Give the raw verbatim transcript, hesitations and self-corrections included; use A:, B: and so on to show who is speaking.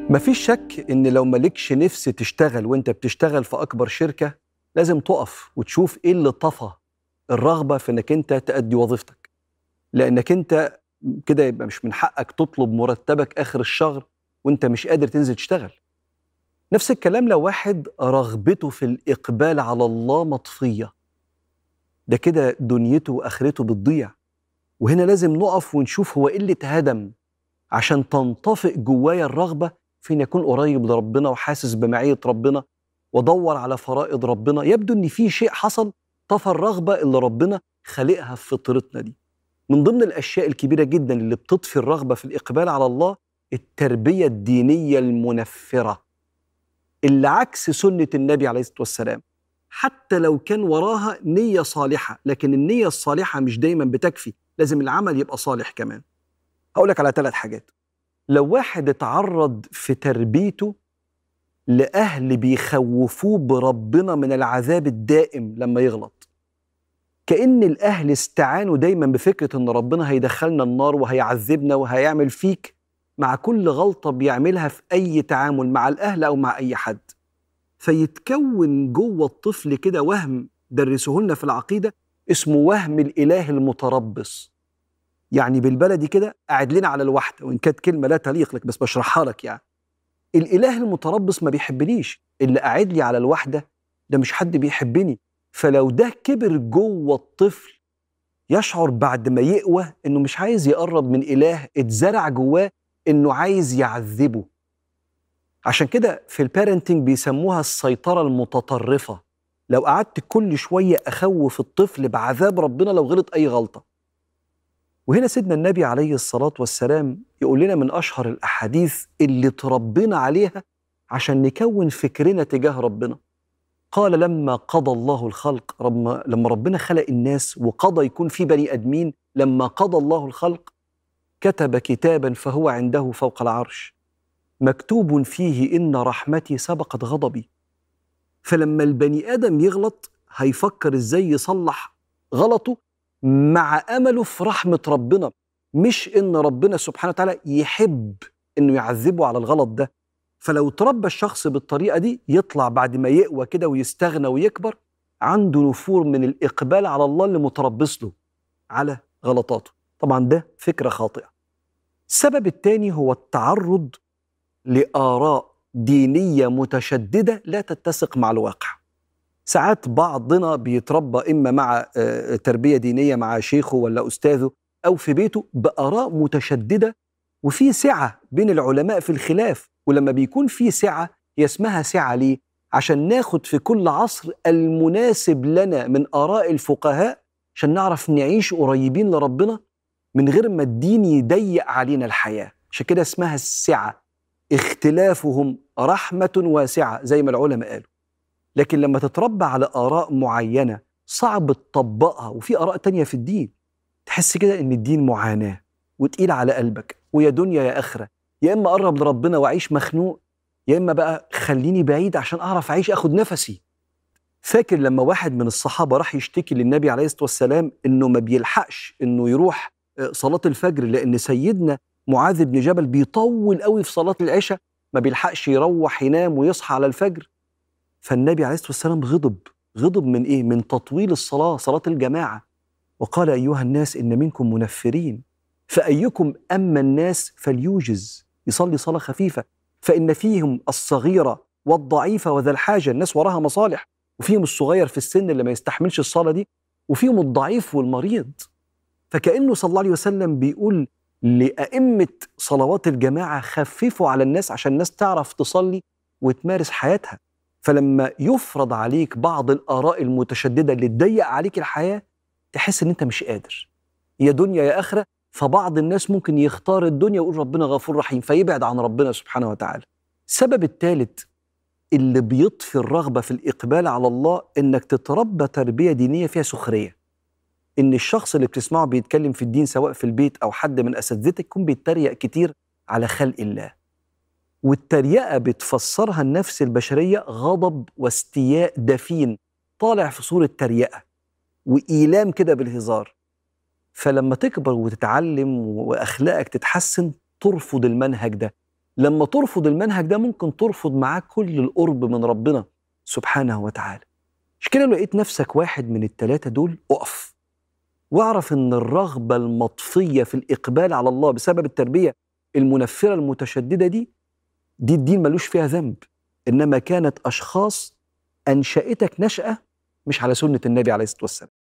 A: مفيش شك إن لو مالكش نفس تشتغل وإنت بتشتغل في أكبر شركة، لازم تقف وتشوف إيه اللي طفى الرغبة في إنك أنت تأدي وظيفتك، لأنك أنت كده يبقى مش من حقك تطلب مرتبك آخر الشهر وإنت مش قادر تنزل تشتغل. نفس الكلام لو واحد رغبته في الإقبال على الله مطفية، ده كده دنيته وآخرته بتضيع. وهنا لازم نقف ونشوف هو إيه اللي اتهدم عشان تنطفئ جوايا الرغبة في إن أكون قريب لربنا وحاسس بمعية ربنا وأدور على فرائض ربنا. يبدو إن في شيء حصل طفى الرغبة اللي ربنا خلقها في فطرتنا دي. من ضمن الأشياء الكبيرة جدا اللي بتطفي الرغبة في الإقبال على الله التربية الدينية المنفرة اللي عكس سنة النبي عليه الصلاة والسلام، حتى لو كان وراها نية صالحة، لكن النية الصالحة مش دايما بتكفي، لازم العمل يبقى صالح كمان. هقولك على ثلاث حاجات. لو واحد اتعرض في تربيته لأهل بيخوفوه بربنا من العذاب الدائم لما يغلط، كأن الأهل استعانوا دايما بفكرة إن ربنا هيدخلنا النار وهيعذبنا وهيعمل فيك مع كل غلطة بيعملها في أي تعامل مع الأهل أو مع أي حد، فيتكون جوه الطفل كده وهم درسوه لنا في العقيدة اسمه وهم الإله المتربص. يعني بالبلدي كده قاعد لنا على الوحدة، وإن كانت كلمة لا تليق لك بس بشرحها لك. يعني الإله المتربص ما بيحبنيش، اللي قاعد لي على الوحدة ده مش حد بيحبني. فلو ده كبر جوه الطفل يشعر بعد ما يقوى إنه مش عايز يقرب من إله اتزرع جواه إنه عايز يعذبه. عشان كده في البارنتنج بيسموها السيطرة المتطرفة. لو قعدت كل شوية أخوف الطفل بعذاب ربنا لو غلط أي غلطة. وهنا سيدنا النبي عليه الصلاة والسلام يقول لنا من أشهر الأحاديث اللي تربينا عليها عشان نكون فكرنا تجاه ربنا. قال لما قضى الله الخلق، لما ربنا خلق الناس وقضى يكون في بني أدمين، لما قضى الله الخلق كتب كتابا فهو عنده فوق العرش مكتوب فيه إن رحمتي سبقت غضبي. فلما البني آدم يغلط هيفكر إزاي يصلح غلطه مع أمله في رحمة ربنا، مش إن ربنا سبحانه وتعالى يحب إنه يعذبه على الغلط ده. فلو تربى الشخص بالطريقة دي يطلع بعد ما يقوى كده ويستغنى ويكبر عنده نفور من الإقبال على الله اللي متربص له على غلطاته. طبعا ده فكرة خاطئة. السبب الثاني هو التعرض لآراء دينية متشددة لا تتسق مع الواقع. ساعات بعضنا بيتربى إما مع تربية دينية مع شيخه ولا أستاذه أو في بيته بآراء متشددة، وفي سعة بين العلماء في الخلاف. ولما بيكون في سعة هي اسمها سعة ليه؟ عشان ناخد في كل عصر المناسب لنا من آراء الفقهاء عشان نعرف نعيش قريبين لربنا من غير ما الدين يضيق علينا الحياة. عشان كده اسمها السعة. اختلافهم رحمة واسعة زي ما العلماء قالوا. لكن لما تتربى على آراء معينة صعب تطبقها، وفي آراء تانية في الدين تحس كده إن الدين معاناة وتقيل على قلبك، ويا دنيا يا آخرة، يا إما أقرب لربنا وأعيش مخنوق، يا إما بقى خليني بعيد عشان أعرف أعيش أخد نفسي. فاكر لما واحد من الصحابة راح يشتكي للنبي عليه الصلاة والسلام إنه ما بيلحقش إنه يروح صلاة الفجر لأن سيدنا معاذ بن جبل بيطول قوي في صلاة العشاء، ما بيلحقش يروح ينام ويصحى على الفجر. فالنبي عليه الصلاة والسلام غضب. غضب من إيه؟ من تطويل الصلاة، صلاة الجماعة. وقال أيها الناس إن منكم منفرين فأيكم أما الناس فليوجز، يصلي صلاة خفيفة، فإن فيهم الصغيرة والضعيفة وذا الحاجة، الناس وراها مصالح، وفيهم الصغير في السن اللي ما يستحملش الصلاة دي، وفيهم الضعيف والمريض. فكأنه صلى الله عليه وسلم بيقول لأئمة صلوات الجماعة خففوا على الناس عشان الناس تعرف تصلي وتمارس حياتها. فلما يفرض عليك بعض الآراء المتشددة اللي تضيق عليك الحياة تحس إن أنت مش قادر، يا دنيا يا آخرة. فبعض الناس ممكن يختار الدنيا ويقول ربنا غفور رحيم فيبعد عن ربنا سبحانه وتعالى. السبب الثالث اللي بيطفي الرغبة في الإقبال على الله إنك تتربى تربية دينية فيها سخرية. إن الشخص اللي بتسمعه بيتكلم في الدين سواء في البيت أو حد من أساتذتك يكون بيتريق كتير على خلق الله. والتريقة بتفسرها النفس البشرية غضب واستياء دفين طالع في صورة تريقة وإيلام كده بالهزار. فلما تكبر وتتعلم وأخلاقك تتحسن ترفض المنهج ده، لما ترفض المنهج ده ممكن ترفض معاه كل القرب من ربنا سبحانه وتعالى. مش كده لو لقيت نفسك واحد من التلاتة دول، اقف واعرف ان الرغبة المطفية في الإقبال على الله بسبب التربية المنفرة المتشددة دي دي الدين ملوش فيها ذنب، إنما كانت أشخاص أنشأتك نشأة مش على سنة النبي عليه الصلاة والسلام.